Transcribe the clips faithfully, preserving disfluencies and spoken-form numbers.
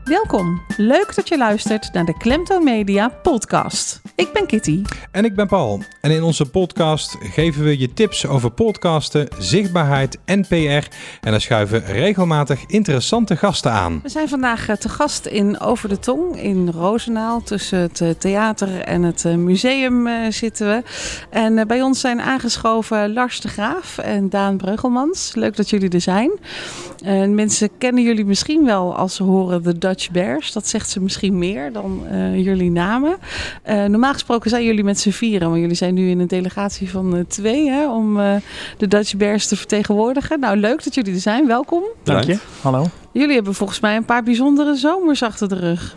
Welkom. Leuk dat je luistert naar de Klemtoon Media podcast. Ik ben Kitty. En ik ben Paul. En in onze podcast geven we je tips over podcasten, zichtbaarheid en P R. En daar schuiven regelmatig interessante gasten aan. We zijn vandaag te gast in Over de Tong in Roosendaal. Tussen het theater en het museum uh, zitten we. En uh, bij ons zijn aangeschoven Lars de Graaf en Daan Breugelmans. Leuk dat jullie er zijn. Uh, mensen kennen jullie misschien wel als ze horen de Dutch Bears. Dat zegt ze misschien meer dan uh, jullie namen. Uh, normaal gesproken zijn jullie met z'n vieren. Maar jullie zijn nu in een delegatie van uh, twee hè, om uh, de Dutch Bears te vertegenwoordigen. Nou, leuk dat jullie er zijn. Welkom. Dank je. Hallo. Jullie hebben volgens mij een paar bijzondere zomers achter de rug.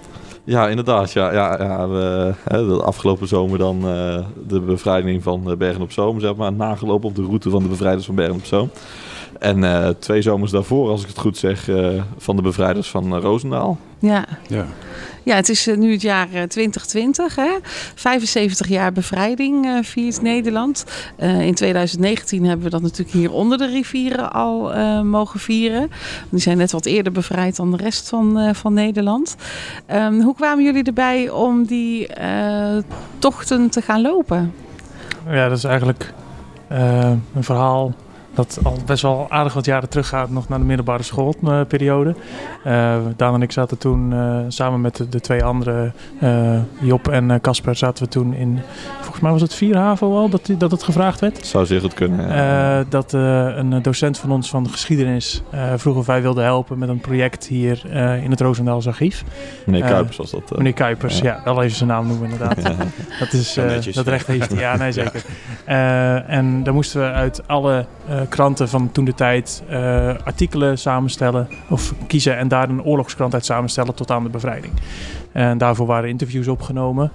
Ja, inderdaad. Ja, ja, ja, we, hè, de afgelopen zomer dan uh, de bevrijding van Bergen op Zoom, zeg maar, nagelopen op de route van de bevrijders van Bergen op Zoom. En uh, twee zomers daarvoor, als ik het goed zeg, uh, van de bevrijders van uh, Roosendaal. Ja. Ja. Ja, het is uh, nu het jaar uh, twintig twintig. Hè? vijfenzeventig jaar bevrijding uh, viert Nederland. Uh, in twintig negentien hebben we dat natuurlijk hier onder de rivieren al uh, mogen vieren. Die zijn net wat eerder bevrijd dan de rest van, uh, van Nederland. Um, hoe kwamen jullie erbij om die uh, tochten te gaan lopen? Ja, dat is eigenlijk uh, een verhaal dat al best wel aardig wat jaren teruggaat, nog naar de middelbare schoolperiode. Uh, Daan en ik zaten toen uh, samen met de, de twee andere, uh, Job en Casper, uh, zaten we toen in, volgens mij was het vier HAVO al, dat, dat het gevraagd werd. Zou zeer goed kunnen, ja. Uh, dat uh, een docent van ons van de geschiedenis uh, vroeg of wij wilden helpen met een project hier uh, in het Roosendaals archief. Meneer Kuipers was dat. Uh, meneer Kuipers, ja. ja, wel even zijn naam noemen inderdaad. Ja. Dat is uh, dat recht heeft hij. Ja, nee, zeker. Ja. Uh, en daar moesten we uit alle uh, kranten van toen de tijd uh, artikelen samenstellen of kiezen en daar een oorlogskrant uit samenstellen tot aan de bevrijding. En daarvoor waren interviews opgenomen.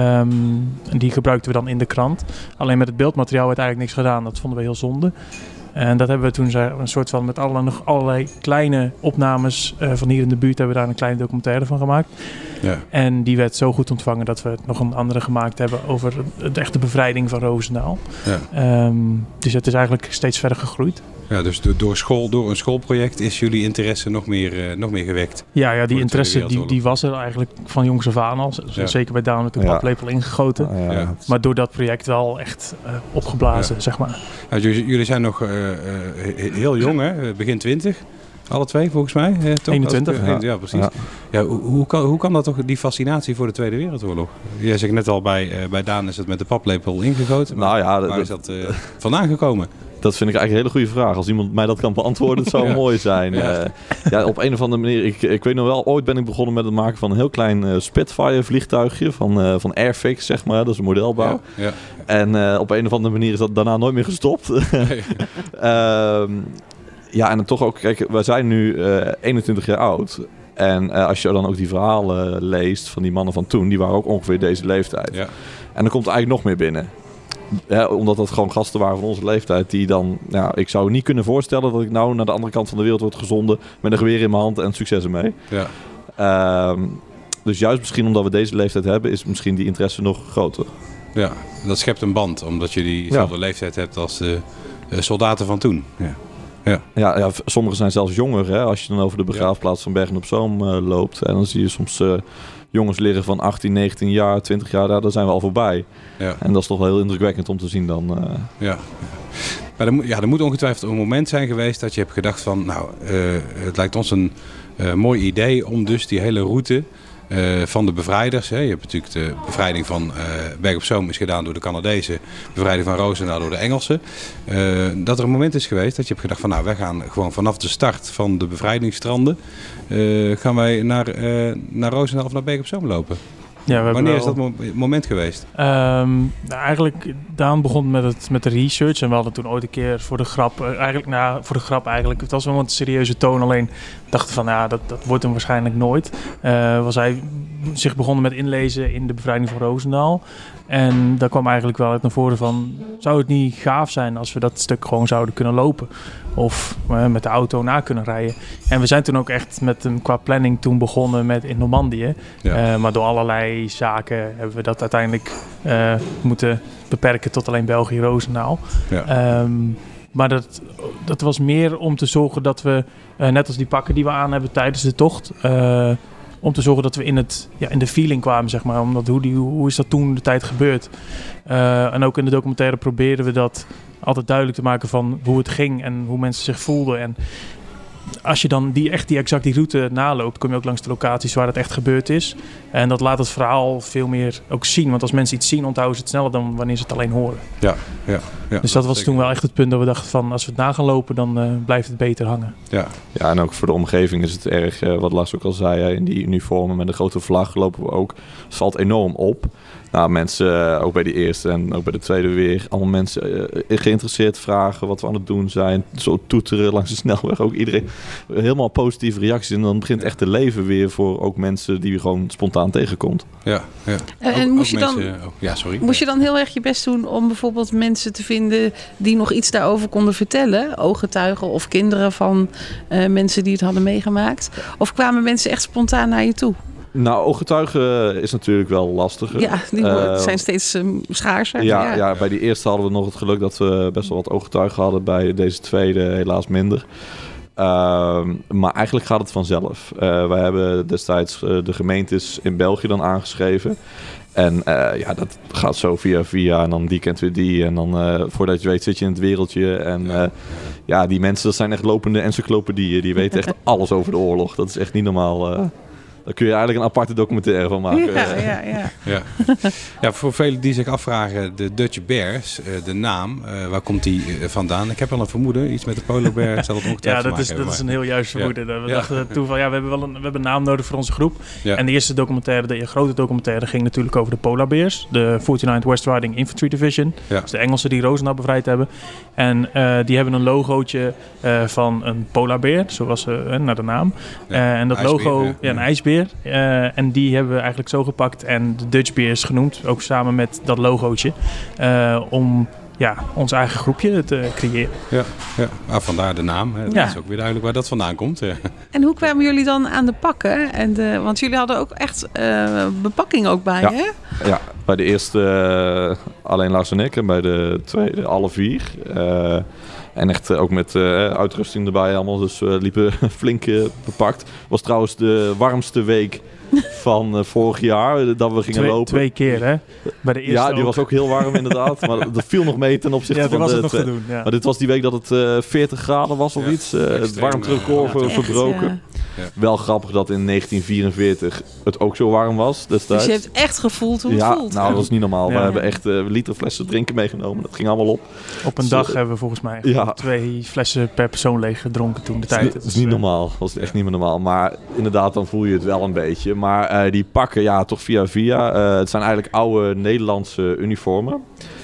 Um, die gebruikten we dan in de krant. Alleen met het beeldmateriaal werd eigenlijk niks gedaan. Dat vonden we heel zonde. En dat hebben we toen een soort van met alle, nog allerlei kleine opnames uh, van hier in de buurt hebben we daar een kleine documentaire van gemaakt. Ja. En die werd zo goed ontvangen dat we nog een andere gemaakt hebben over de echte bevrijding van Roosendaal. Ja. Um, dus het is eigenlijk steeds verder gegroeid. Ja, dus door, school, door een schoolproject is jullie interesse nog meer, uh, nog meer gewekt? Ja, ja die interesse die, die was er eigenlijk van jongs af aan al. Ja. Zeker bij Daan met de paplepel ja. ingegoten. Ja, ja. Maar door dat project wel echt uh, opgeblazen, ja. zeg maar. Ja, jullie zijn nog uh, uh, heel jong, hè? Begin twintig. Alle twee, volgens mij. Eh, toch? eenentwintig. Ja, ja precies. Ja. Ja, hoe, hoe, kan, hoe kan dat toch, die fascinatie voor de Tweede Wereldoorlog? Jij zegt net al, bij, uh, bij Daan is het met de paplepel ingegoten. Maar nou ja, waar dat, is dat uh, vandaan gekomen? Dat vind ik eigenlijk een hele goede vraag. Als iemand mij dat kan beantwoorden, het zou ja. mooi zijn. Ja. Uh, ja, op een of andere manier. Ik, ik weet nog wel, ooit ben ik begonnen met het maken van een heel klein uh, Spitfire vliegtuigje van, uh, van Airfix, zeg maar. Dat is een modelbouw. Ja. Ja. En uh, op een of andere manier is dat daarna nooit meer gestopt. uh, Ja, en dan toch ook, kijk, we zijn nu uh, eenentwintig jaar oud. En uh, als je dan ook die verhalen leest van die mannen van toen, die waren ook ongeveer deze leeftijd. Ja. En dan komt er eigenlijk nog meer binnen. Ja, omdat dat gewoon gasten waren van onze leeftijd. Die dan, nou, ik zou niet kunnen voorstellen dat ik nou naar de andere kant van de wereld word gezonden met een geweer in mijn hand en succes ermee. Ja. Um, dus juist misschien omdat we deze leeftijd hebben, is misschien die interesse nog groter. Ja, dat schept een band, omdat je diezelfde ja. leeftijd hebt als de uh, soldaten van toen. Ja. Ja. Ja, ja, sommigen zijn zelfs jonger. Hè? Als je dan over de begraafplaats van Bergen op Zoom uh, loopt. En dan zie je soms uh, jongens liggen van achttien, negentien jaar, twintig jaar. Daar, daar zijn we al voorbij. Ja. En dat is toch wel heel indrukwekkend om te zien dan. Uh... Ja. Maar er, ja, er moet ongetwijfeld een moment zijn geweest dat je hebt gedacht van... Nou, uh, het lijkt ons een uh, mooi idee om dus die hele route... Uh, van de bevrijders. Hè. Je hebt natuurlijk de bevrijding van uh, Bergen op Zoom is gedaan door de Canadezen. Bevrijding van Roosendaal door de Engelsen. Uh, dat er een moment is geweest dat je hebt gedacht van nou, wij gaan gewoon vanaf de start van de bevrijdingsstranden uh, gaan wij naar, uh, naar Roosendaal of naar Bergen op Zoom lopen. Ja, Wanneer wel... is dat mo- moment geweest? Um, nou, eigenlijk, Daan begon met, het, met de research en we hadden toen ooit een keer voor de grap, uh, eigenlijk, nou, voor de grap eigenlijk, het was wel een serieuze toon, alleen dachten van, ja, dat, dat wordt hem waarschijnlijk nooit. Uh, was hij zich begonnen met inlezen in de bevrijding van Roosendaal. En daar kwam eigenlijk wel uit naar voren van, zou het niet gaaf zijn als we dat stuk gewoon zouden kunnen lopen? Of uh, met de auto na kunnen rijden. En we zijn toen ook echt met een, qua planning toen begonnen met in Normandië. Ja. Uh, maar door allerlei zaken hebben we dat uiteindelijk uh, moeten beperken tot alleen België, Roosendaal. Ja. Um, Maar dat, dat was meer om te zorgen dat we, uh, net als die pakken die we aan hebben tijdens de tocht... Uh, om te zorgen dat we in, het, ja, in de feeling kwamen, zeg maar. Omdat, hoe, die, hoe is dat toen de tijd gebeurd? Uh, en ook in de documentaire probeerden we dat altijd duidelijk te maken van hoe het ging en hoe mensen zich voelden. En als je dan die, echt die, exact die route naloopt, kom je ook langs de locaties waar het echt gebeurd is. En dat laat het verhaal veel meer ook zien. Want als mensen iets zien, onthouden ze het sneller dan wanneer ze het alleen horen. Ja, ja, ja. Dus dat was toen wel echt het punt dat we dachten van, als we het na gaan lopen, dan uh, blijft het beter hangen. Ja. Ja, en ook voor de omgeving is het erg, uh, wat Lars ook al zei, hè, in die uniformen met een grote vlag lopen we ook. Het valt enorm op. Nou, mensen, uh, ook bij de eerste en ook bij de tweede weer, allemaal mensen uh, geïnteresseerd vragen wat we aan het doen zijn. Zo toeteren langs de snelweg. Ook iedereen helemaal positieve reacties. En dan begint echt te leven weer voor ook mensen die je gewoon spontaan tegenkomt. Ja, ja. En, en ook, moest, ook je dan, mensen, oh, ja, sorry. moest je dan heel erg je best doen om bijvoorbeeld mensen te vinden die nog iets daarover konden vertellen? Ooggetuigen of kinderen van uh, mensen die het hadden meegemaakt? Of kwamen mensen echt spontaan naar je toe? Nou, ooggetuigen is natuurlijk wel lastiger. Ja, die uh, zijn steeds um, schaarser. Ja, ja. ja, bij die eerste hadden we nog het geluk dat we best wel wat ooggetuigen hadden. Bij deze tweede helaas minder. Uh, maar eigenlijk gaat het vanzelf. Uh, wij hebben destijds uh, de gemeentes in België dan aangeschreven. En uh, ja, dat gaat zo via via en dan die kent weer die. En dan uh, voordat je weet zit je in het wereldje. En uh, ja, die mensen, dat zijn echt lopende encyclopedieën. Die weten echt alles over de oorlog. Dat is echt niet normaal. Uh, Daar kun je eigenlijk een aparte documentaire van maken. Ja, ja, ja. ja. ja voor velen die zich afvragen, de Dutch Bears, de naam, uh, waar komt die vandaan? Ik heb wel een vermoeden, iets met de Polar Bear. Zal het ja, dat, is, dat is een heel juist vermoeden. Ja. We ja. dachten toen van, ja, we hebben wel een, we hebben een naam nodig voor onze groep. Ja. En de eerste documentaire, de grote documentaire, ging natuurlijk over de Polar Bears. De forty-ninth West Riding Infantry Division. Ja. Dus de Engelsen die Roosendaal bevrijd hebben. En uh, die hebben een logootje uh, van een Polar Bear, zoals uh, naar de naam. Ja, uh, en dat ijsbeer, logo, ja, ja, een ijsbeer. Uh, en die hebben we eigenlijk zo gepakt en de Dutch Bears genoemd, ook samen met dat logootje, uh, om ja, ons eigen groepje te creëren. Ja, ja. Ah, vandaar de naam. Hè. Dat ja. is ook weer duidelijk waar dat vandaan komt. Ja. En hoe kwamen jullie dan aan de pakken? En de, want jullie hadden ook echt uh, bepakking ook bij, ja. hè? Ja, bij de eerste uh, alleen Lars en ik en bij de tweede alle vier. Uh, En echt ook met uh, uitrusting erbij allemaal. Dus we uh, liepen flink uh, bepakt. Was trouwens de warmste week van uh, vorig jaar dat we gingen twee, lopen. Twee keer, hè? Bij de eerste Ja, die ook. was ook heel warm inderdaad. Maar dat viel nog mee ten opzichte ja, van was de... Het nog twee, te doen, ja. Maar dit was die week dat het uh, veertig graden was of ja, iets. Uh, het warmterecord uh, verbroken. Ja. Ja. Wel grappig dat in negentien vierenveertig het ook zo warm was destijds. Dus je hebt echt gevoeld hoe het ja, voelt. Nou, dat was niet normaal. Ja. We hebben echt uh, liter flessen drinken meegenomen. Dat ging allemaal op. Op een dus, dag uh, hebben we volgens mij ja. twee flessen per persoon leeg gedronken toen de tijd. Dat is, dus, is niet uh, normaal. Dat was echt niet meer normaal. Maar inderdaad, dan voel je het wel een beetje. Maar uh, die pakken, ja, toch via via. Uh, het zijn eigenlijk oude Nederlandse uniformen.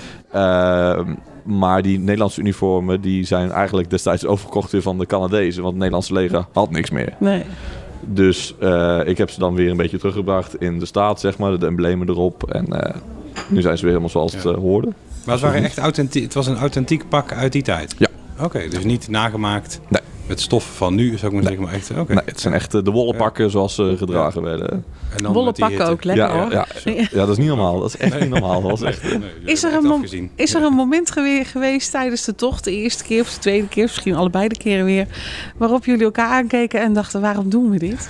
Uh, Maar die Nederlandse uniformen die zijn eigenlijk destijds overgekocht weer van de Canadezen. Want het Nederlandse leger had niks meer. Nee. Dus uh, ik heb ze dan weer een beetje teruggebracht in de staat, zeg maar. De emblemen erop. En uh, nu zijn ze weer helemaal zoals ja. het uh, hoorde. Maar het, waren echt authentiek, het was een authentiek pak uit die tijd? Ja. Oké, okay, dus niet nagemaakt nee. met stoffen van nu, zou ik maar zeggen. Maar echt, okay. Nee, het zijn echt uh, de wollen pakken ja. zoals ze gedragen ja. werden. Wollen pakken ook, lekker ja, hoor. Ja, ja, ja. ja, dat is niet normaal. Dat is echt nee. niet normaal. Dat was echt, nee, nee, is, er een mom- is er een moment gewe- geweest tijdens de tocht, de eerste keer of de tweede keer, misschien allebei de keren weer, waarop jullie elkaar aankeken en dachten, waarom doen we dit?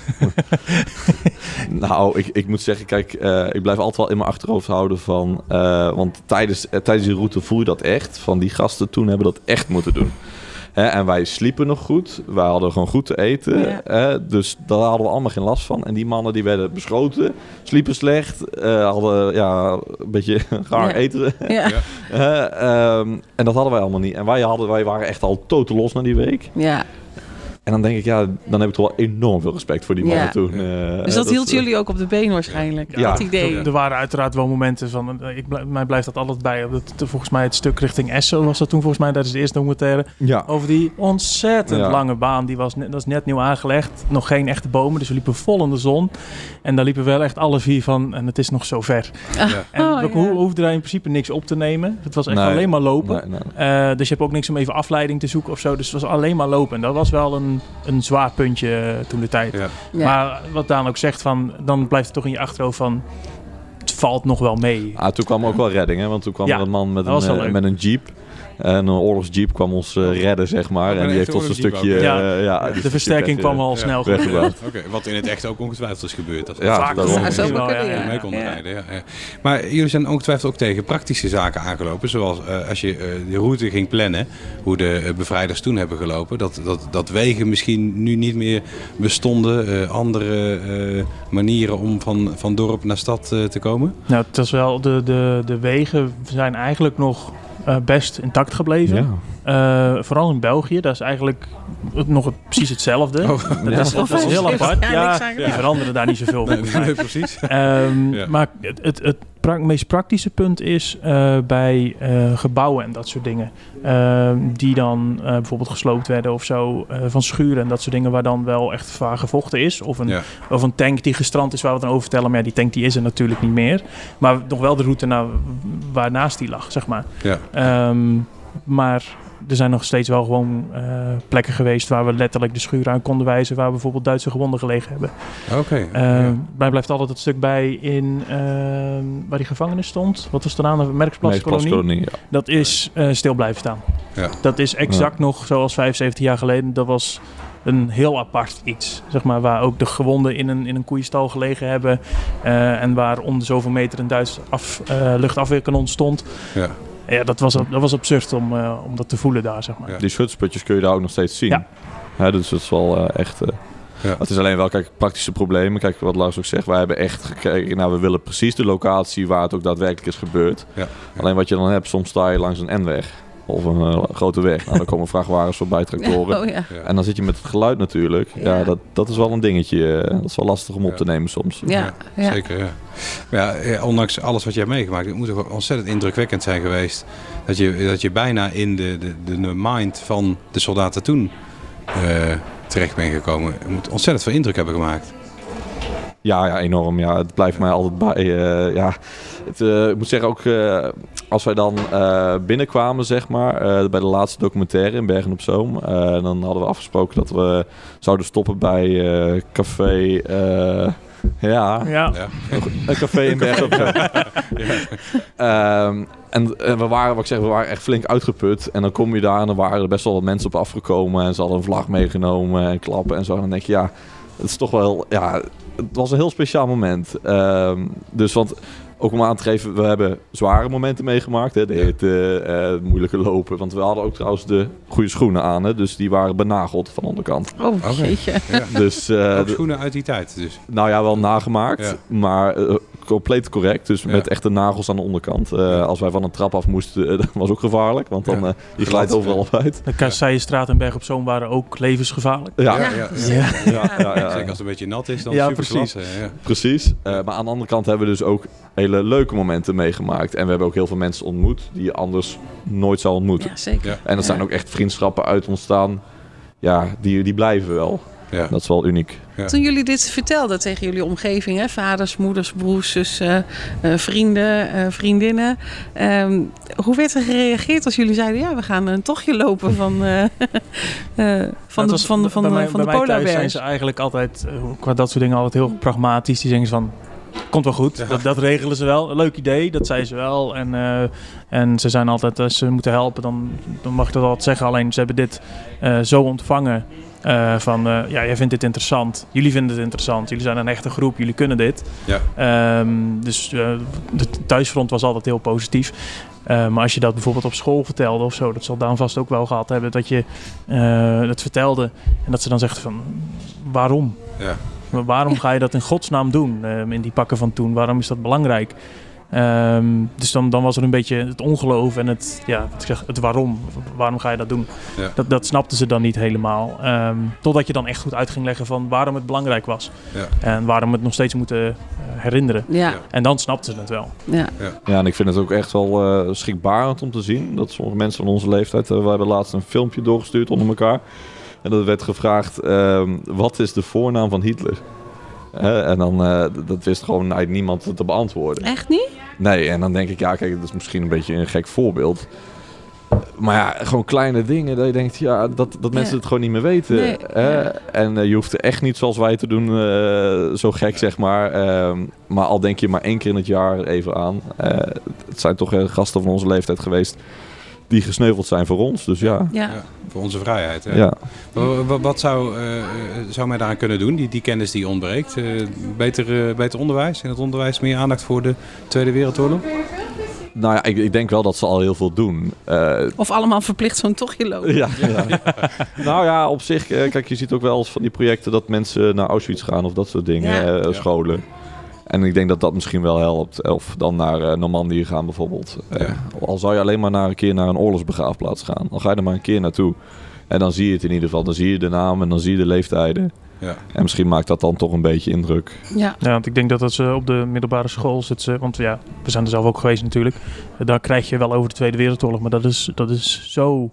Nou, ik, ik moet zeggen, kijk, uh, ik blijf altijd wel in mijn achterhoofd houden van, uh, want tijdens, uh, tijdens die route voel je dat echt, van die gasten toen hebben dat echt moeten doen. Hè, en wij sliepen nog goed. Wij hadden gewoon goed te eten. Ja. Hè, dus daar hadden we allemaal geen last van. En die mannen die werden beschoten. Sliepen slecht. Uh, hadden ja, een beetje raar ja. eten. Ja. uh, um, en dat hadden wij allemaal niet. En wij, hadden, wij waren echt al totaal los na die week. Ja. En dan denk ik, ja, dan heb ik toch wel enorm veel respect voor die mannen ja. toen. Uh, dus dat, dat hield uh, jullie ook op de been waarschijnlijk, ja. dat idee? Er waren uiteraard wel momenten van, uh, ik blijf, mij blijft dat altijd bij. Dat, volgens mij het stuk richting Essen was dat toen volgens mij, dat is de eerste documentaire. Ja. Over die ontzettend ja. lange baan, die was net, dat is net nieuw aangelegd. Nog geen echte bomen, dus we liepen vol in de zon. En daar liepen wel echt alle vier van, en het is nog zo ver. Ja. En oh, we ja. hoefden daar in principe niks op te nemen. Het was echt nee. alleen maar lopen. Nee, nee. Uh, dus je hebt ook niks om even afleiding te zoeken of zo. Dus het was alleen maar lopen. En dat was wel een... een zwaar puntje toen de tijd. Ja. Ja. Maar wat Daan ook zegt, van, dan blijft het toch in je achterhoofd van... het valt nog wel mee. Ah, toen kwam ook wel redding, hè? Want toen kwam ja, er een man met een, uh, met een jeep. En een oorlogsjeep kwam ons uh, redden, zeg maar. Oh, en die heeft ons een stukje... Uh, ja, ja, de versterking kwam al snel weggebracht. Oké, okay, wat in het echt ook ongetwijfeld is gebeurd. Dat ja, vaak daarom. Ja, zo wel, kunnen, ja, ja. mee konden ja. rijden. Ja, ja. Maar jullie zijn ongetwijfeld ook tegen praktische zaken aangelopen. Zoals uh, als je uh, de route ging plannen, hoe de uh, bevrijders toen hebben gelopen. Dat, dat, dat wegen misschien nu niet meer bestonden. Uh, andere uh, manieren om van, van dorp naar stad uh, te komen. Nou, het is wel, de, de, de wegen zijn eigenlijk nog uh, best intact gebleven. Ja. Uh, vooral in België, dat is eigenlijk nog het, precies hetzelfde. Oh, dat, ja. is, dat is heel apart. Ja, ja, die veranderen daar niet zoveel van. Nee, nee, precies. Um, ja. Maar het, het, het pra- meest praktische punt is uh, bij uh, gebouwen en dat soort dingen. Uh, die dan uh, bijvoorbeeld gesloopt werden of zo. Uh, van schuren en dat soort dingen waar dan wel echt vaar gevochten is. Of een, ja. of een tank die gestrand is waar we het dan over vertellen. Maar ja, die tank die is er natuurlijk niet meer. Maar nog wel de route naar waarnaast die lag, zeg maar. Ja. Um, maar... Er zijn nog steeds wel gewoon uh, plekken geweest waar we letterlijk de schuur aan konden wijzen, waar we bijvoorbeeld Duitse gewonden gelegen hebben. Oké. Okay, uh, mij blijft altijd het stuk bij in uh, waar die gevangenis stond. Wat was de naam? De Merksplaatskolonie. Ja. Dat is uh, stil blijven staan. Ja. Dat is exact ja. nog zoals vijfenzeventig jaar geleden. Dat was een heel apart iets, zeg maar, waar ook de gewonden in een, in een koeienstal gelegen hebben uh, en waar om de zoveel meter een Duits af, uh, luchtafweerkanon stond. Ja. Ja, dat was, dat was absurd om, uh, om dat te voelen daar, zeg maar. Ja. Die schutsputjes kun je daar ook nog steeds zien. Ja. Ja, dus dat is wel uh, echt... Uh, ja. Het is alleen wel, kijk, praktische problemen. Kijk, wat Lars ook zegt, wij hebben echt gekeken... Nou, we willen precies de locatie waar het ook daadwerkelijk is gebeurd. Ja. Ja. Alleen wat je dan hebt, soms sta je langs een N-weg. Of een uh, grote weg. Nou, dan komen vrachtwagens voorbij, tractoren. Oh, ja. En dan zit je met het geluid natuurlijk. Ja, ja dat, dat is wel een dingetje. Dat is wel lastig om op te nemen soms. Ja, ja, ja. Zeker, ja. Maar ja, ondanks alles wat je hebt meegemaakt, het moet ook ontzettend indrukwekkend zijn geweest. Dat je, dat je bijna in de, de, de mind van de soldaten toen uh, terecht bent gekomen. Het moet ontzettend veel indruk hebben gemaakt. Ja, ja, enorm. Ja, het blijft mij altijd bij. Uh, ja, het, uh, ik moet zeggen ook, uh, als wij dan uh, binnenkwamen, zeg maar, uh, bij de laatste documentaire in Bergen op Zoom, uh, dan hadden we afgesproken dat we zouden stoppen bij uh, café. Uh, ja, ja. Een café in Bergen op Zoom. Ja. Um, en, en we waren, wat ik zeg, we waren echt flink uitgeput. En dan kom je daar en dan waren er best wel wat mensen op afgekomen en ze hadden een vlag meegenomen en klappen en zo. En dan denk je, ja, het is toch wel, ja, het was een heel speciaal moment. Um, dus want ook om aan te geven, we hebben zware momenten meegemaakt. Hè? De hitte, uh, het moeilijke lopen. Want we hadden ook trouwens de goede schoenen aan. Hè? Dus die waren benageld van de onderkant. Oh, jeetje. Ja. Dus, uh, ook schoenen uit die tijd dus? Nou ja, wel nagemaakt. Ja. Maar uh, compleet correct. Dus ja. met echte nagels aan de onderkant. Uh, ja. Als wij van een trap af moesten, uh, dat was ook gevaarlijk. Want dan uh, je glijdt overal ja. uit. De Kasseienstraat en Berg op Zoom waren ook levensgevaarlijk. Ja, ja. ja. ja. ja. ja. ja. ja. Zeker als het een beetje nat is, dan ja, super precies. Klasse, ja. Precies. Uh, maar aan de andere kant hebben we dus ook hele leuke momenten meegemaakt. En we hebben ook heel veel mensen ontmoet die je anders nooit zou ontmoeten. Ja, zeker. Ja. En er zijn ook echt vriendschappen uit ontstaan. Ja, die, die blijven wel. Ja. Dat is wel uniek. Ja. Toen jullie dit vertelden tegen jullie omgeving, hè? Vaders, moeders, broers, zussen, uh, vrienden, uh, vriendinnen. Um, hoe werd er gereageerd als jullie zeiden, ja, we gaan een tochtje lopen van, uh, uh, van, de, van, de, van, mij, van de Polarberg? Zijn ze eigenlijk altijd, uh, qua dat soort dingen, altijd heel pragmatisch. Die zeggen van, komt wel goed, ja. dat, dat regelen ze wel. Een leuk idee, dat zei ze wel. En, uh, en ze zijn altijd, als ze moeten helpen, dan, dan mag ik dat altijd zeggen. Alleen ze hebben dit uh, zo ontvangen. Uh, van, uh, ja, jij vindt dit interessant. Jullie vinden het interessant. Jullie zijn een echte groep. Jullie kunnen dit. Ja. Um, dus uh, de thuisfront was altijd heel positief. Uh, maar als je dat bijvoorbeeld op school vertelde of zo, dat zal Daan vast ook wel gehad hebben, dat je uh, dat vertelde en dat ze dan zegt van, waarom? Ja. Waarom ga je dat in godsnaam doen uh, in die pakken van toen? Waarom is dat belangrijk? Um, dus dan, dan was er een beetje het ongeloof en het, ja, ik zeg, het waarom. Waarom ga je dat doen? Ja. Dat, dat snapten ze dan niet helemaal. Um, totdat je dan echt goed uit ging leggen van waarom het belangrijk was. Ja. En waarom we het nog steeds moeten uh, herinneren. Ja. En dan snapten ze het wel. Ja. Ja. Ja, en ik vind het ook echt wel uh, schrikbarend om te zien. Dat sommige mensen van onze leeftijd, uh, we hebben laatst een filmpje doorgestuurd onder elkaar. En dat werd gevraagd, uh, wat is de voornaam van Hitler? Uh, en dan, uh, dat wist gewoon eigenlijk niemand te beantwoorden. Echt niet? Nee, en dan denk ik, ja, kijk, dat is misschien een beetje een gek voorbeeld. Maar ja, gewoon kleine dingen dat je denkt, ja, dat, dat mensen ja. het gewoon niet meer weten. Nee, hè? Ja. En uh, je hoeft echt niet zoals wij te doen, uh, zo gek zeg maar. Uh, maar al denk je maar één keer in het jaar even aan. Uh, het zijn toch uh, gasten van onze leeftijd geweest. die gesneuveld zijn voor ons. Dus ja. Ja. Ja, voor onze vrijheid. Hè? Ja. Wat, wat zou, uh, zou mij daaraan kunnen doen, die, die kennis die ontbreekt? Uh, beter, uh, beter onderwijs? In het onderwijs meer aandacht voor de Tweede Wereldoorlog? Nou ja, ik, ik denk wel dat ze al heel veel doen. Uh, of allemaal verplicht zo'n tochtje lopen. Ja, ja. Ja. Nou ja, op zich, kijk, je ziet ook wel eens van die projecten dat mensen naar Auschwitz gaan of dat soort dingen, ja. uh, scholen. En ik denk dat dat misschien wel helpt. Of dan naar uh, Normandië gaan bijvoorbeeld. Ja. Uh, al zou je alleen maar naar een keer naar een oorlogsbegraafplaats gaan. Dan ga je er maar een keer naartoe. En dan zie je het in ieder geval. Dan zie je de naam en dan zie je de leeftijden. Ja. En misschien maakt dat dan toch een beetje indruk. Ja, ja want ik denk dat als ze op de middelbare school zitten. Want ja, we zijn er zelf ook geweest natuurlijk. Daar krijg je wel over de Tweede Wereldoorlog. Maar dat is, dat is zo...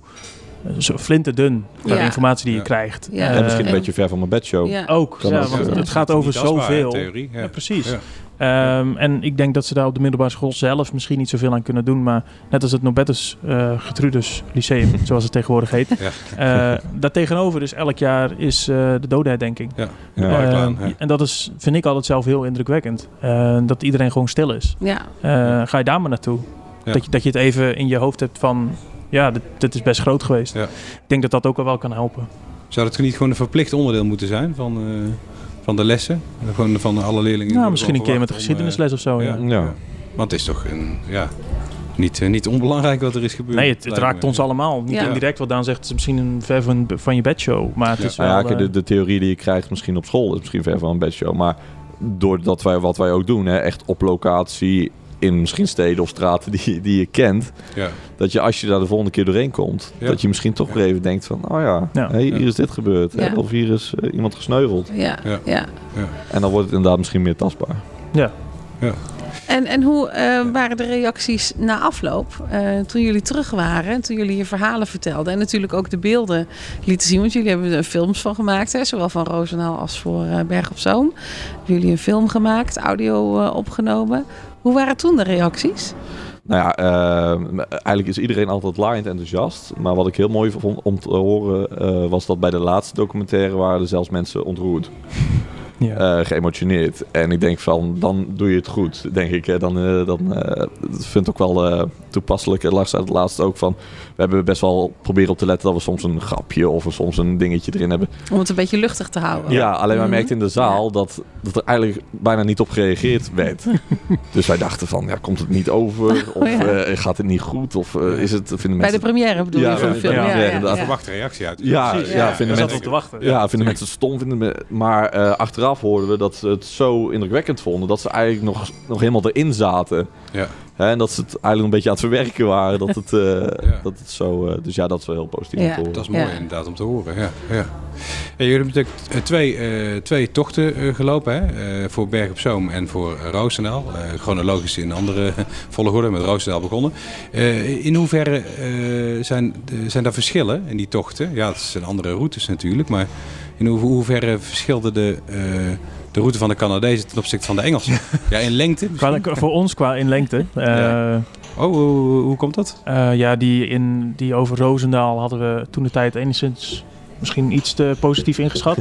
Zo flinterdun qua ja. informatie die je ja. krijgt. Ja. En uh, misschien een beetje ver van mijn bedshow. Ja. Ook, ja, want het, het gaat over zoveel. Theorie, ja. Ja, precies. Ja. Um, en ik denk dat ze daar op de middelbare school zelf misschien niet zoveel aan kunnen doen. Maar net als het Norbertus uh, Gertrudis Lyceum, zoals het tegenwoordig heet. Ja. Uh, daartegenover is elk jaar is, uh, de dodenherdenking. Ja. Ja. Uh, ja. En dat is, vind ik altijd zelf heel indrukwekkend. Uh, dat iedereen gewoon stil is. Ja. Uh, ga je daar maar naartoe. Ja. Dat, je, dat je het even in je hoofd hebt van... Ja, dit, dit is best groot geweest. Ja. Ik denk dat dat ook wel kan helpen. Zou dat niet gewoon een verplicht onderdeel moeten zijn van, uh, van de lessen? Gewoon van alle leerlingen? Nou, misschien een keer met de geschiedenisles om, uh, of zo. Ja. Ja. Ja. Want het is toch een, ja, niet, uh, niet onbelangrijk wat er is gebeurd. Nee, het, het raakt me. ons allemaal. Niet ja. indirect, wat Daan zegt, het is misschien een ver van, van je bedshow. Maar het ja. is wel, nou ja, de, de theorie die je krijgt misschien op school is misschien ver van een bedshow. Maar doordat wij wat wij ook doen, hè, echt op locatie... in misschien steden of straten die, die je kent. Ja. Dat je als je daar de volgende keer doorheen komt... Ja. dat je misschien toch ja. weer even denkt van... oh ja, ja. Hey, hier ja. is dit gebeurd. Ja. Hè? Of hier is uh, iemand gesneuveld. Ja. Ja. Ja. Ja. En dan wordt het inderdaad misschien meer tastbaar. Ja. Ja. En, en hoe uh, waren de reacties na afloop? Uh, toen jullie terug waren, toen jullie je verhalen vertelden... en natuurlijk ook de beelden lieten zien... want jullie hebben er films van gemaakt... Hè, zowel van Roosendaal als voor uh, Berg op Zoom. Hebben jullie een film gemaakt, audio uh, opgenomen... Hoe waren toen de reacties? Nou ja, uh, eigenlijk is iedereen altijd laaiend enthousiast. Maar wat ik heel mooi vond om te horen... Uh, was dat bij de laatste documentaire... waren er zelfs mensen ontroerd. Ja. Uh, geëmotioneerd. En ik denk van, dan doe je het goed, denk ik. Hè. Dan, uh, dan uh, vind ik ook wel uh, toepasselijk. Langs uit het laatste ook van... We hebben best wel proberen op te letten dat we soms een grapje of soms een dingetje erin hebben. Om het een beetje luchtig te houden. Ja, alleen wij mm-hmm. merkten in de zaal dat, dat er eigenlijk bijna niet op gereageerd werd. Dus wij dachten van, ja, komt het niet over? Of oh, ja. uh, gaat het niet goed? Of uh, is het... Vinden Bij mensen... de première bedoel je ja, van de film? Ja, ja, ja, ja. Verwachte reactie uit. Ja, ja, ja, vinden ja. mensen... te wachten. Ja, ja vinden mensen stom. Vinden me... Maar uh, achteraf hoorden we dat ze het zo indrukwekkend vonden dat ze eigenlijk nog, nog helemaal erin zaten. Ja. Hè, en dat ze het eigenlijk een beetje aan het verwerken waren. Dat het, uh, ja. dat het zo... Uh, dus ja, dat is wel heel positief ja. om te horen. Dat is mooi ja. inderdaad om te horen. Ja. Ja. Ja, jullie hebben natuurlijk twee, uh, twee tochten uh, gelopen. Hè? Uh, voor Berg op Zoom en voor Roosendaal. Uh, chronologisch in andere volgorde. Met Roosendaal begonnen. Uh, in hoeverre uh, zijn, uh, zijn daar verschillen in die tochten? Ja, het zijn andere routes natuurlijk. Maar in ho- hoeverre verschilde de... Uh, de route van de Canadezen ten opzichte van de Engelsen? Ja, in lengte? Qua, voor ons qua in lengte. Uh, ja. Oh, hoe, hoe komt dat? Uh, ja, die, in, die over Roosendaal hadden we toen de tijd enigszins misschien iets te positief ingeschat.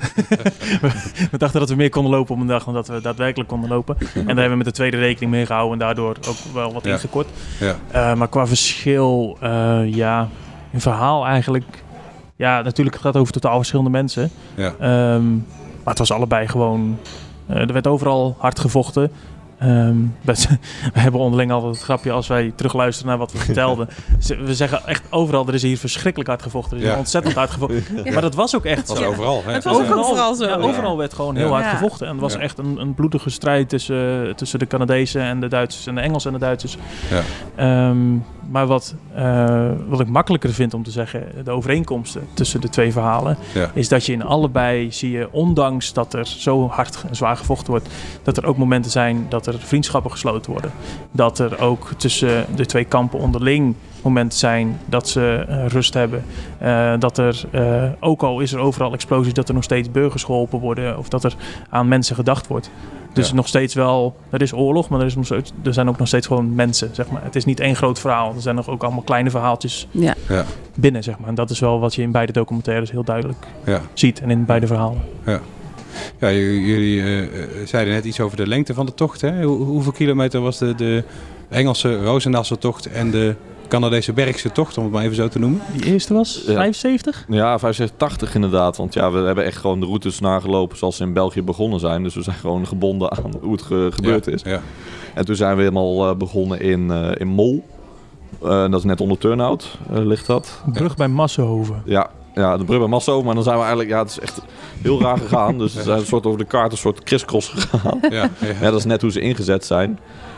We dachten dat we meer konden lopen op een dag dan dat we daadwerkelijk konden lopen. En daar hebben we met de tweede rekening mee gehouden en daardoor ook wel wat ja. ingekort. Ja. Uh, maar qua verschil, uh, ja, een verhaal eigenlijk... Ja, natuurlijk het gaat over totaal verschillende mensen. Ja. Um, Maar het was allebei gewoon... Uh, er werd overal hard gevochten. Um, we, we hebben onderling altijd het grapje als wij terugluisteren naar wat we vertelden. We zeggen echt overal, er is hier verschrikkelijk hard gevochten. Er is ja. ontzettend hard gevochten. Ja. Maar dat was ook echt zo. Het was overal. Hè? Het was ook overal zo. Ja, overal werd gewoon heel ja. hard gevochten. En het was ja. echt een, een bloedige strijd tussen, tussen de Canadezen en de Duitsers. En de Engelsen en de Duitsers. Ja. Um, maar wat, uh, wat ik makkelijker vind om te zeggen, de overeenkomsten tussen de twee verhalen, ja. is dat je in allebei zie je, ondanks dat er zo hard en zwaar gevochten wordt, dat er ook momenten zijn dat er vriendschappen gesloten worden. Dat er ook tussen de twee kampen onderling momenten zijn dat ze uh, rust hebben. Uh, dat er, uh, ook al is er overal explosies, dat er nog steeds burgers geholpen worden of dat er aan mensen gedacht wordt. Dus ja. nog steeds wel, er is oorlog, maar er, is nog steeds, er zijn ook nog steeds gewoon mensen, zeg maar. Het is niet één groot verhaal. Er zijn nog ook allemaal kleine verhaaltjes ja. Ja. binnen, zeg maar. En dat is wel wat je in beide documentaires heel duidelijk ja. ziet en in beide verhalen. Ja. Ja, jullie uh, zeiden net iets over de lengte van de tocht. Hè? Hoe, hoeveel kilometer was de, de Engelse Roosendaalse tocht en de Canadese Bergse tocht, om het maar even zo te noemen? Die eerste was ja. vijfenzeventig? Ja, vijfenzeventig, tachtig inderdaad. Want ja, we hebben echt gewoon de routes nagelopen zoals ze in België begonnen zijn. Dus we zijn gewoon gebonden aan hoe het ge- gebeurd ja, is. Ja. En toen zijn we helemaal uh, begonnen in, uh, in Mol. Uh, dat is net onder Turnhout, uh, ligt dat. Brug ja. bij Massenhoven. Ja. Ja, de brug bij Massenhoven, maar dan zijn we eigenlijk... Ja, het is echt heel raar gegaan. Dus we zijn een soort over de kaart een soort crisscross gegaan. Ja, ja. Ja, dat is net hoe ze ingezet zijn.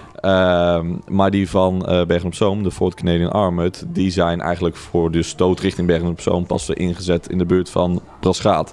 Uh, maar die van uh, Bergen-op-Zoom, de Fourth Canadian Armored... die zijn eigenlijk voor de stoot richting Bergen-op-Zoom... pas ingezet in de buurt van Braschaat.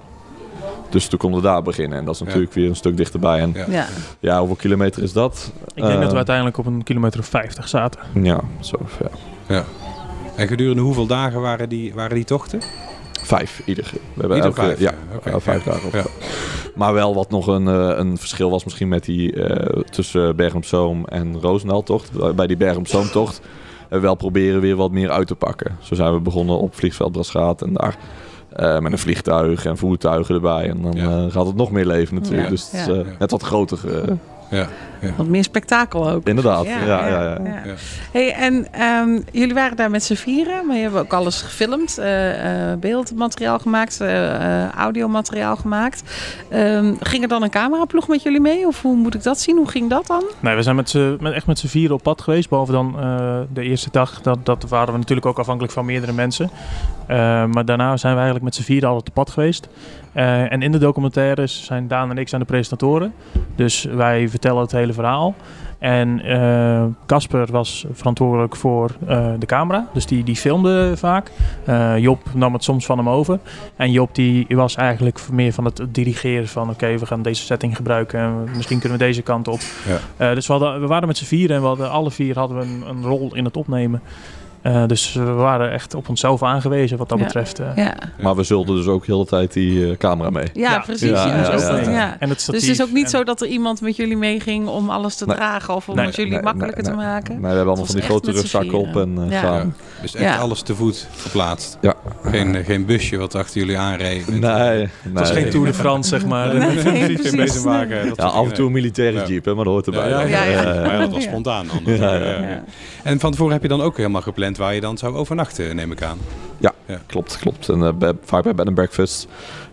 Dus toen konden we daar beginnen. En dat is natuurlijk ja. weer een stuk dichterbij. En ja. Ja. ja, hoeveel kilometer is dat? Ik denk uh, dat we uiteindelijk op een kilometer of vijftig zaten. Ja, zo ja. ja. En gedurende hoeveel dagen waren die, waren die tochten? Vijf, ieder. We hebben ieder elke, vijf? Ja, okay. uh, vijf ja. dagen op. Ja. Maar wel wat nog een, uh, een verschil was misschien met die uh, tussen Bergen-op-Zoom en Roosendaal-tocht. Bij die Bergen-op-Zoom-tocht uh, wel proberen weer wat meer uit te pakken. Zo zijn we begonnen op vliegveld Braschaat en daar uh, met een vliegtuig en voertuigen erbij. En dan ja. uh, gaat het nog meer leven natuurlijk. Ja. Dus het is uh, net wat groter. Uh, Ja, ja. Wat meer spektakel ook. Inderdaad, ja. ja, ja, ja, ja. ja. Hey, en um, jullie waren daar met z'n vieren, maar je hebt ook alles gefilmd. Uh, uh, beeldmateriaal gemaakt, uh, uh, audiomateriaal gemaakt. Um, ging er dan een cameraploeg met jullie mee? Of hoe moet ik dat zien? Hoe ging dat dan? Nee, we zijn met z'n, met, echt met z'n vieren op pad geweest. Behalve dan uh, de eerste dag. Dat, dat waren we natuurlijk ook afhankelijk van meerdere mensen. Uh, maar daarna zijn we eigenlijk met z'n vieren al op pad geweest. Uh, en in de documentaires zijn Daan en ik zijn de presentatoren. Dus wij vertellen het hele verhaal. En Casper uh, was verantwoordelijk voor uh, de camera. Dus die, die filmde vaak. Uh, Job nam het soms van hem over. En Job die was eigenlijk meer van het dirigeren van... oké, okay, we gaan deze setting gebruiken en misschien kunnen we deze kant op. Ja. Uh, dus we, hadden, we waren met z'n vieren en we hadden, alle vier hadden we een, een rol in het opnemen. Uh, dus we waren echt op onszelf aangewezen wat dat ja. betreft. Uh. Ja. Maar we zulden dus ook de hele tijd die uh, camera mee. Ja, ja. precies. Ja, ja, ja, ja, ja. Ja. En het dus het is ook niet en... zo dat er iemand met jullie meeging om alles te nee. dragen of om nee, het jullie nee, makkelijker nee, nee. te maken? Nee, we hebben allemaal van die grote rugzakken op en uh, ja. gaan. Ja. Dus echt ja. alles te voet verplaatst. Ja. Geen, uh, geen busje wat achter jullie aanreed. Nee, nee. Het was geen Tour de France, zeg maar. Nee, nee, nee, geen bezig maken. Dat ja, af en toe een militaire ja. jeep, hè, maar dat hoort erbij. Ja, ja, ja, ja. Maar ja, dat was spontaan. Ja, ja, ja. En van tevoren heb je dan ook helemaal gepland waar je dan zou overnachten, neem ik aan. Ja, ja. klopt, klopt. En uh, be- vaak bij bed and breakfast.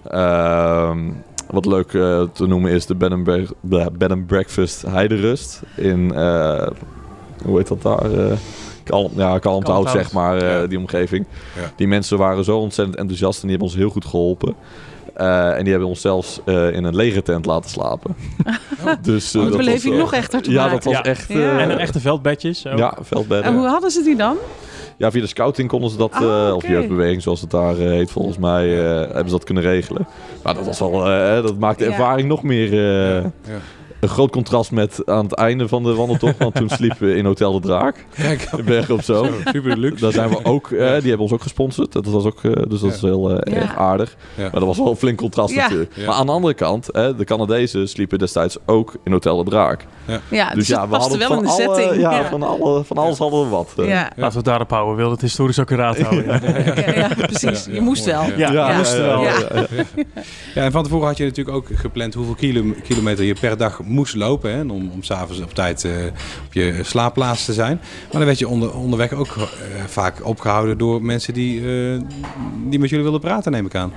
Uh, wat leuk uh, te noemen is de bed and, bre- bed and breakfast Heiderust in, uh, hoe heet dat daar? Uh, Kalm, ja, Kalmthout, zeg maar, uh, ja. die omgeving. Ja. Die mensen waren zo ontzettend enthousiast en die hebben ons heel goed geholpen. Uh, en die hebben ons zelfs uh, in een legertent laten slapen. Oh. Dus, uh, oh, dat beleving was, uh, nog echter te ja, maken. dat was ja. echt... Uh, ja. En echte veldbedjes ook. Ja, veldbedden. En hoe hadden ze die dan? Ja, via de scouting konden ze dat, oh, uh, okay. of jeugdbeweging zoals het daar uh, heet volgens mij, uh, hebben ze dat kunnen regelen. Maar dat was wel, uh, dat maakt de ja. ervaring nog meer... Uh, ja. Ja. Een groot contrast met aan het einde van de wandeltocht, want toen sliepen we in Hotel de Draak. Kijk, in Bergen-op-Zoom. Super luxe. Daar zijn we ook, uh, die hebben ons ook gesponsord. Dat was ook, uh, dus dat ja. is heel uh, ja. erg aardig. Ja. Maar dat was wel een flink contrast ja. natuurlijk. Ja. Maar aan de andere kant, uh, de Canadezen sliepen destijds ook in Hotel de Draak. Ja, ja dus, dus ja, we hadden wel in de alle, setting. Ja, ja. Van, alle, van alles hadden we wat. Uh. Ja. Laten we het daarop houden. We wilden het historisch accuraat houden. Ja, ja, ja, ja precies. Je moest wel. Ja, ja, ja. moest wel. Ja. Ja. Ja, en van tevoren had je natuurlijk ook gepland hoeveel kilo, kilometer je per dag moest lopen. Hè, om, om s'avonds op tijd uh, op je slaapplaats te zijn. Maar dan werd je onder, onderweg ook uh, vaak opgehouden door mensen die, uh, die met jullie wilden praten, neem ik aan.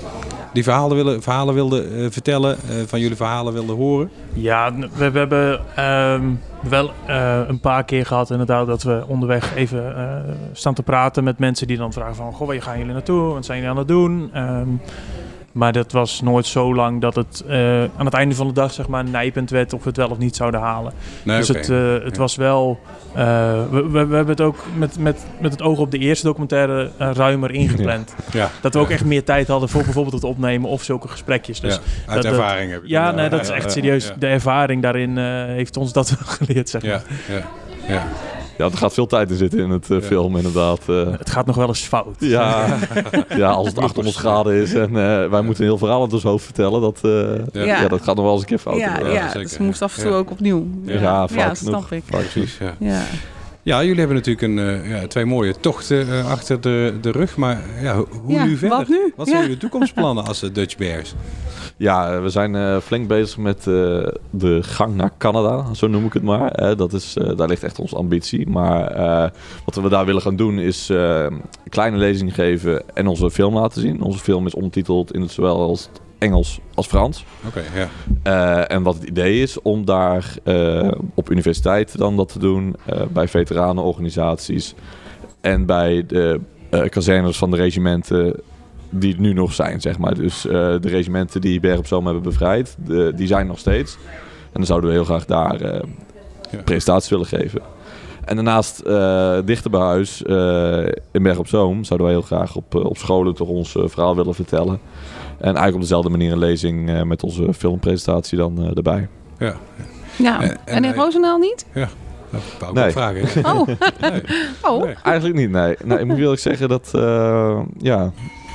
Die verhalen wilden, verhalen wilden uh, vertellen, uh, van jullie verhalen wilden horen? Ja, we, we hebben um, wel uh, een paar keer gehad inderdaad dat we onderweg even uh, staan te praten met mensen die dan vragen van... Goh, waar gaan jullie naartoe? Wat zijn jullie aan het doen? Um, Maar dat was nooit zo lang dat het uh, aan het einde van de dag zeg maar nijpend werd of we het wel of niet zouden halen. Nee, dus okay. het, uh, het ja. was wel... Uh, we, we, we hebben het ook met, met, met het oog op de eerste documentaire uh, ruimer ingepland. Ja. Ja. Dat we ook echt meer tijd hadden voor bijvoorbeeld het opnemen of zulke gesprekjes. Dus ja. Uit dat, ervaring heb ik Ja, nee, dat is echt serieus. Ja. De ervaring daarin uh, heeft ons dat geleerd, zeg maar. Ja, ja, ja. Ja, er gaat veel tijd in zitten in het uh, ja. film, inderdaad. Uh, het gaat nog wel eens fout. Ja, ja als het achthonderd graden is en uh, wij ja. moeten een heel verhaal uit ons hoofd vertellen, dat, uh, ja. Ja, dat gaat nog wel eens een keer fout. Ja, ja, ja dus het moest af en toe ja. ook opnieuw. Ja, ja vaak ja, genoeg. snap ik. Vaak precies, ja. ja. Ja, jullie hebben natuurlijk een, uh, ja, twee mooie tochten uh, achter de, de rug. Maar ja, hoe ja, nu verder? Wat nu? Wat zijn ja. jullie toekomstplannen als uh, Dutch Bears? Ja, we zijn uh, flink bezig met uh, de gang naar Canada, zo noem ik het maar. Uh, dat is, uh, daar ligt echt onze ambitie. Maar uh, wat we daar willen gaan doen is uh, een kleine lezing geven en onze film laten zien. Onze film is ondertiteld in het zowel als Engels als Frans. Oké, okay, ja. Uh, en wat het idee is om daar uh, op universiteit dan dat te doen, uh, bij veteranenorganisaties en bij de uh, kazernes van de regimenten die het nu nog zijn, zeg maar. Dus uh, de regimenten die Bergen op Zoom hebben bevrijd, de, die zijn nog steeds. En dan zouden we heel graag daar uh, ja. presentaties willen geven. En daarnaast, uh, dichter bij huis, uh, in Bergen op Zoom, zouden wij heel graag op, uh, op scholen toch ons uh, verhaal willen vertellen. En eigenlijk op dezelfde manier een lezing uh, met onze filmpresentatie dan uh, erbij. Ja. ja. En, en in Roosendaal niet? Ja. Dat wou ik nee. vragen. Oh. nee. oh. Nee. Eigenlijk niet, nee. nee. Ik moet eerlijk zeggen dat, uh, ja...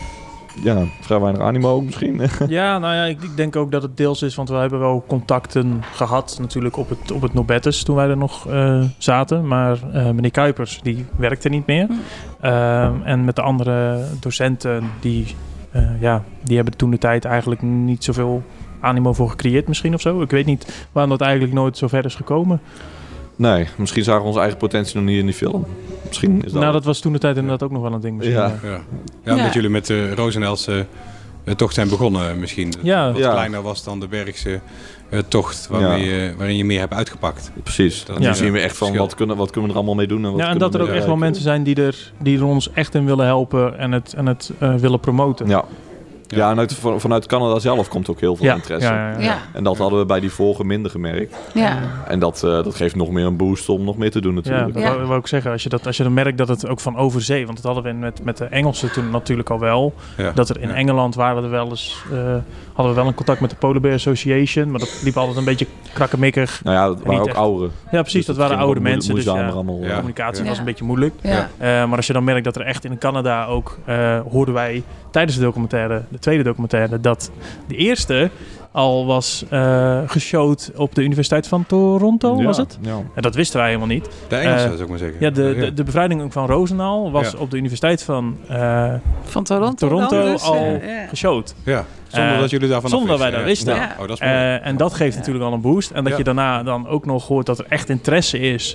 Ja, vrij weinig animo misschien. Ja, nou ja, ik, ik denk ook dat het deels is, want we hebben wel contacten gehad natuurlijk op het, op het Nobettes toen wij er nog uh, zaten. Maar uh, meneer Kuipers, die werkte niet meer. Uh, en met de andere docenten, die, uh, ja, die hebben toen de tijd eigenlijk niet zoveel animo voor gecreëerd misschien of zo. Ik weet niet waarom dat eigenlijk nooit zo ver is gekomen. Nee, misschien zagen we onze eigen potentie nog niet in die film. Misschien is dat... Nou, dat was toen de tijd inderdaad ook nog wel een ding. Misschien. Ja, ja. ja omdat ja. jullie met de Rozenelse uh, tocht zijn begonnen misschien. Ja. Wat ja. kleiner was dan de Bergse uh, tocht waarmee ja. je, waarin je meer hebt uitgepakt. Precies. Dan ja. zien we echt van wat kunnen, wat kunnen we er allemaal mee doen. En, wat ja, en dat er ook echt wel mensen zijn die er, die er ons echt in willen helpen en het, en het uh, willen promoten. Ja. Ja, ja en uit, vanuit Canada zelf komt ook heel veel ja. interesse. Ja, ja, ja. Ja. En dat hadden we bij die vorige minder gemerkt. Ja. En dat, uh, dat geeft nog meer een boost om nog meer te doen natuurlijk. Ja, dat ja. wou, wou ik zeggen. Als je, dat, als je dan merkt dat het ook van overzee... want dat hadden we met, met de Engelsen toen natuurlijk al wel. Ja. Dat er in ja. Engeland waren er wel eens... Uh, hadden we wel een contact met de Polar Bear Association... maar dat liep altijd een beetje krakkemikkig. Nou ja, dat waren ook ouderen. Ja, precies. Dus dat, dat waren oude mensen. Dus ja, allemaal, de communicatie ja. was een beetje moeilijk. Ja. Uh, maar als je dan merkt dat er echt in Canada ook... Uh, hoorden wij tijdens de documentaire... de tweede documentaire... dat de eerste al was uh, geshowd op de Universiteit van Toronto, ja, was het? Ja. En dat wisten wij helemaal niet. De Engelse, uh, zou ik maar zeggen. Ja, de, de, de bevrijding van Rozendaal was ja. op de Universiteit van, uh, van Toronto, Toronto dus, al uh, yeah. geshowd. Ja, zonder uh, dat jullie daarvan Zonder dat wij dat wisten. Ja. Oh, dat is uh, en dat geeft ja. natuurlijk al een boost. En dat ja. je daarna dan ook nog hoort dat er echt interesse is...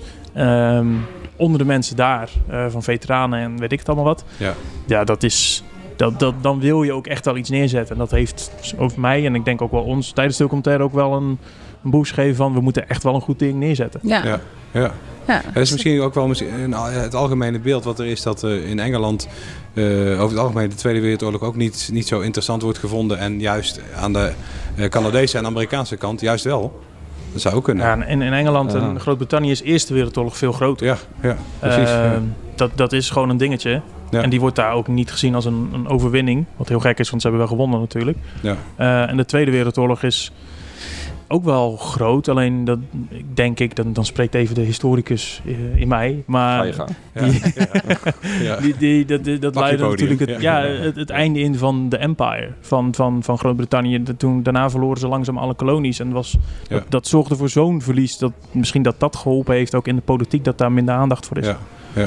Um, onder de mensen daar, uh, van veteranen en weet ik het allemaal wat. Ja, ja dat is... Dat, dat, dan wil je ook echt wel iets neerzetten. En dat heeft over mij en ik denk ook wel ons tijdens de documentaire ook wel een, een boost gegeven van we moeten echt wel een goed ding neerzetten. Ja. Ja, ja. Ja. Dat is misschien ook wel een, het algemene beeld wat er is dat uh, in Engeland uh, over het algemeen de Tweede Wereldoorlog ook niet, niet zo interessant wordt gevonden en juist aan de uh, Canadese en Amerikaanse kant juist wel. Dat zou ook kunnen. Ja, in, in Engeland ja. en Groot-Brittannië is Eerste Wereldoorlog veel groter. Ja, ja precies. Uh, ja. Dat, dat is gewoon een dingetje. Ja. En die wordt daar ook niet gezien als een, een overwinning. Wat heel gek is, want ze hebben wel gewonnen natuurlijk. Ja. Uh, en de Tweede Wereldoorlog is ook wel groot. Alleen, dat, denk ik, dan, dan spreekt even de historicus uh, in mij. Maar Ga je gaan. Die, ja. ja. die, die, dat, dat, dat leidde natuurlijk het, ja. ja, het, het einde in van de empire. Van, van, van Groot-Brittannië. Toen, daarna verloren ze langzaam alle kolonies. En was, ja. dat, dat zorgde voor zo'n verlies. Dat, misschien dat dat geholpen heeft, ook in de politiek, dat daar minder aandacht voor is. Ja. Ja.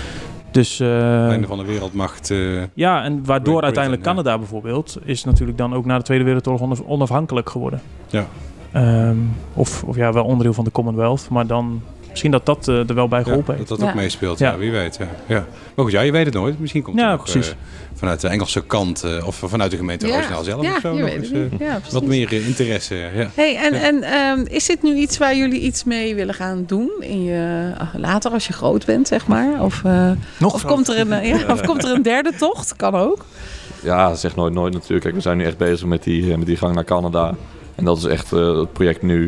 Dus, uh, einde van de wereldmacht. Uh, ja, en waardoor uiteindelijk Canada ja. bijvoorbeeld... is natuurlijk dan ook na de Tweede Wereldoorlog onafhankelijk geworden. Ja. Um, of, of ja, wel onderdeel van de Commonwealth. Maar dan misschien dat dat uh, er wel bij geholpen ja, heeft. Dat dat ja. ook meespeelt, ja. ja, wie weet. Ja. Ja. Maar goed, ja, je weet het nooit. Misschien komt ja, het nog, uh, vanuit de Engelse kant... Uh, of vanuit de gemeente ja. Roosendaal zelf. Ja, of zo, je nog weet eens, het uh, ja, wat meer uh, interesse. Ja. Hey, en ja. en um, is dit nu iets waar jullie iets mee willen gaan doen? In je, uh, later als je groot bent, zeg maar? Of, uh, nog of, komt er een, uh, ja, of komt er een derde tocht? Kan ook. Ja, zeg nooit nooit natuurlijk. Kijk, we zijn nu echt bezig met die, met die gang naar Canada. En dat is echt uh, het project nu.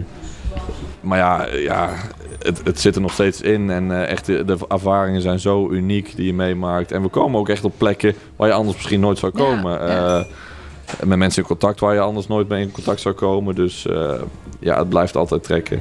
Maar ja, ja het, het zit er nog steeds in. En uh, echt de, de ervaringen zijn zo uniek die je meemaakt. En we komen ook echt op plekken waar je anders misschien nooit zou komen. Ja, ja. Uh, met mensen in contact waar je anders nooit mee in contact zou komen. Dus uh, ja, het blijft altijd trekken.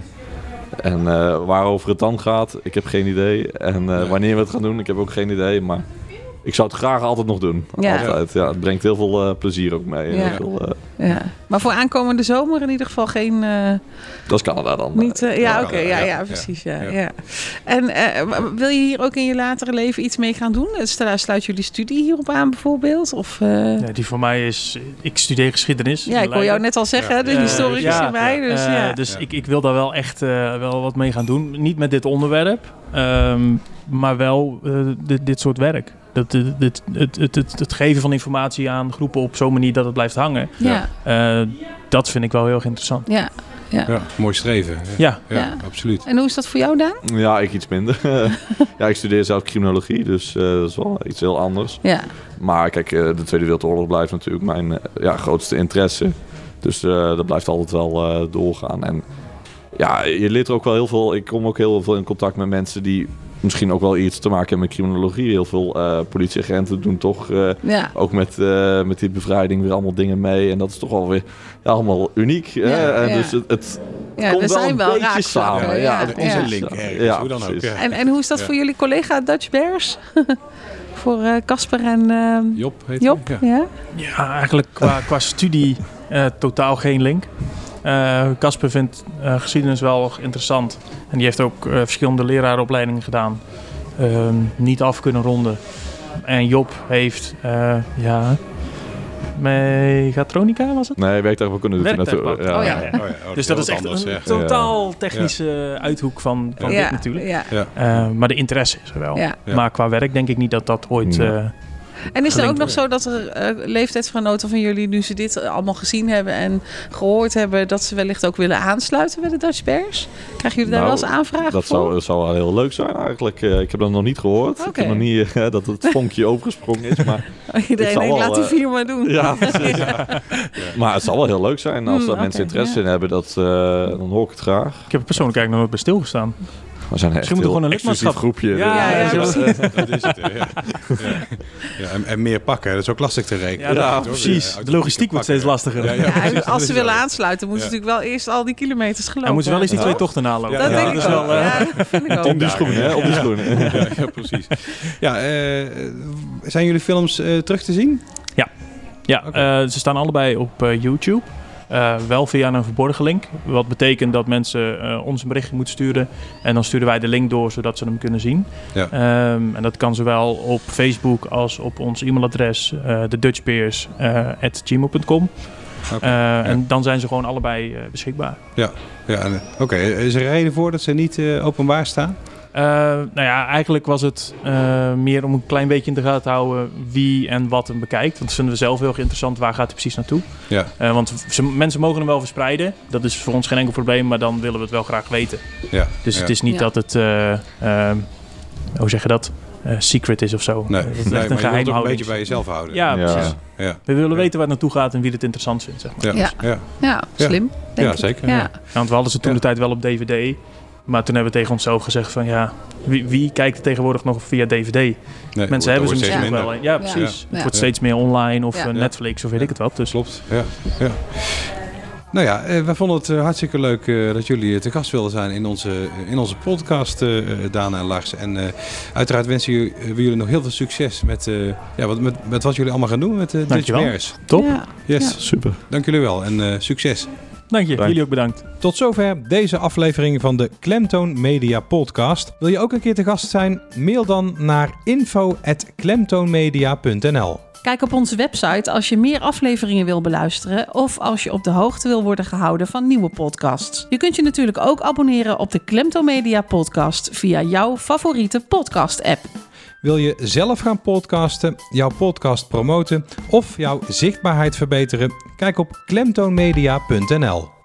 En uh, waarover het dan gaat, ik heb geen idee. En uh, ja. wanneer we het gaan doen, ik heb ook geen idee. Maar ik zou het graag altijd nog doen. Ja. Altijd. Ja, het brengt heel veel uh, plezier ook mee. Ja. Heel veel, uh, ja. Maar voor aankomende zomer in ieder geval geen... Uh, dat is Canada dan. Niet, uh, ja, oké. Okay, ja, ja, ja, precies. Ja, ja. Ja. En uh, wil je hier ook in je latere leven iets mee gaan doen? Sluit jullie studie hierop aan bijvoorbeeld? Of, uh... ja, die voor mij is... Ik studeer geschiedenis. Ja, ik wil jou net al zeggen, ja. de historicus uh, ja, in mij. Dus, uh, ja. dus ja. ik, ik wil daar wel echt uh, wel wat mee gaan doen. Niet met dit onderwerp, um, maar wel uh, dit, dit soort werk. Dat, het, het, het, het, het, het geven van informatie aan groepen op zo'n manier dat het blijft hangen. Ja. Uh, dat vind ik wel heel erg interessant. Ja. Ja. ja, mooi streven. Ja. Ja, ja, absoluut. En hoe is dat voor jou, Daan? Ja, ik iets minder. ja, ik studeer zelf criminologie, dus uh, dat is wel iets heel anders. Ja. Maar kijk, uh, de Tweede Wereldoorlog blijft natuurlijk mijn uh, ja, grootste interesse. Dus uh, dat blijft altijd wel uh, doorgaan. En ja, je leert er ook wel heel veel. Ik kom ook heel veel in contact met mensen die misschien ook wel iets te maken hebben met criminologie. Heel veel uh, politieagenten doen toch uh, ja. ook met, uh, met die bevrijding weer allemaal dingen mee. En dat is toch wel weer ja, allemaal uniek. Ja, hè? En ja. Dus het, het ja, komt er wel zijn een wel beetje samen. Ja, ja, ja, onze ja. link ergens, ja, hoe dan ook. Ja. En, en hoe is dat ja. voor jullie collega Dutch Bears? Voor Casper uh, en uh, Job heet Job, ja. ja. Ja, eigenlijk qua, qua studie uh, totaal geen link. Casper uh, vindt uh, geschiedenis wel interessant. En die heeft ook uh, verschillende leraaropleidingen gedaan. Uh, niet af kunnen ronden. En Job heeft, uh, ja... Mechatronica was het? Nee, werktuigbouwkunde doet hij natuurlijk. Ja. Oh, ja. Oh, ja. Oh, dus dat is echt anders, een ja. totaal technische ja. uithoek van, van ja. dit natuurlijk. Ja. Ja. Uh, maar de interesse is er wel. Ja. Ja. Maar qua werk denk ik niet dat dat ooit... Uh, En is er ook nog zo dat er uh, leeftijdsgenoten van jullie, nu ze dit allemaal gezien hebben en gehoord hebben, dat ze wellicht ook willen aansluiten bij de Dutch Bears? Krijgen jullie daar nou, wel eens aanvragen dat voor? Zou, dat zou wel heel leuk zijn eigenlijk. Uh, ik heb dat nog niet gehoord. Okay. Ik heb nog niet uh, dat het vonkje overgesprongen is. Maar iedereen denkt, laat die vier maar doen. Ja, precies. Ja. Ja. Maar het zal wel heel leuk zijn als mm, er okay, mensen interesse ja. in hebben. Dat, uh, dan hoor ik het graag. Ik heb er persoonlijk eigenlijk nog nooit bij stilgestaan. We zijn echt een gewoon een lidmaatschap groepje. Ja, ja, ja, ja, dat is het. Ja. Ja. Ja, en, en meer pakken, dat is ook lastig te rekenen. Ja, ja precies. Ja, de logistiek wordt steeds lastiger. Ja, ja, ja, als ze willen aansluiten, moeten ze ja. natuurlijk wel eerst al die kilometers gelopen. En moeten ze wel eens die twee tochten nalopen. Ja, dat ja, denk ik wel. Ja, op die schoenen, hè? Op die schoenen. Ja, ja, precies. Ja, uh, zijn jullie films uh, terug te zien? Ja, ja okay. uh, ze staan allebei op uh, YouTube. Uh, wel via een verborgen link. Wat betekent dat mensen uh, ons een berichtje moeten sturen. En dan sturen wij de link door, zodat ze hem kunnen zien. Ja. Um, en dat kan zowel op Facebook als op ons e-mailadres. Uh, de dutch bears at gmail dot com. Okay. Uh, ja. En dan zijn ze gewoon allebei uh, beschikbaar. Ja, ja oké. Okay. Is er een reden voor dat ze niet uh, openbaar staan? Uh, nou ja, eigenlijk was het uh, meer om een klein beetje in de gaten te houden wie en wat hem bekijkt. Want dat vinden we zelf heel erg interessant. Waar gaat hij precies naartoe? Ja. Uh, want ze, mensen mogen hem wel verspreiden. Dat is voor ons geen enkel probleem, maar dan willen we het wel graag weten. Ja. Dus ja. het is niet ja. dat het, uh, uh, hoe zeg je dat? Uh, secret is of zo. Nee, dat is nee, echt een geheimhouding. Je wilt het een beetje bij jezelf houden. Ja, ja. precies. Ja. We willen weten waar het naartoe gaat en wie het interessant vindt. Zeg maar. ja. Ja. Ja. ja, slim. Denk ja, ik. zeker. Ja. Ja. Ja, want we hadden ze toen ja. de tijd wel op D V D. Maar toen hebben we tegen onszelf gezegd van ja, wie, wie kijkt er tegenwoordig nog via D V D? Nee, mensen hebben ze misschien nog wel. Ja, precies. Ja. Het ja. wordt steeds meer online of ja. Netflix of weet ja. ik het wat. Dus. Klopt, ja. ja. Nou ja, uh, wij vonden het uh, hartstikke leuk uh, dat jullie uh, te gast wilden zijn in onze, uh, in onze podcast, uh, Daan en Lars. En uh, uiteraard wensen jullie, uh, jullie nog heel veel succes met, uh, ja, wat, met, met wat jullie allemaal gaan doen met de uh, Dutch Bears. Top. Ja. Yes, ja. super. Dank jullie wel en uh, succes. Dank je, Dank. Jullie ook bedankt. Tot zover deze aflevering van de Klemtoon Media Podcast. Wil je ook een keer te gast zijn? Mail dan naar info at klemtoonmedia punt n l. Kijk op onze website als je meer afleveringen wil beluisteren of als je op de hoogte wil worden gehouden van nieuwe podcasts. Je kunt je natuurlijk ook abonneren op de Klemtoon Media Podcast via jouw favoriete podcast-app. Wil je zelf gaan podcasten, jouw podcast promoten of jouw zichtbaarheid verbeteren? Kijk op klemtoonmedia punt n l.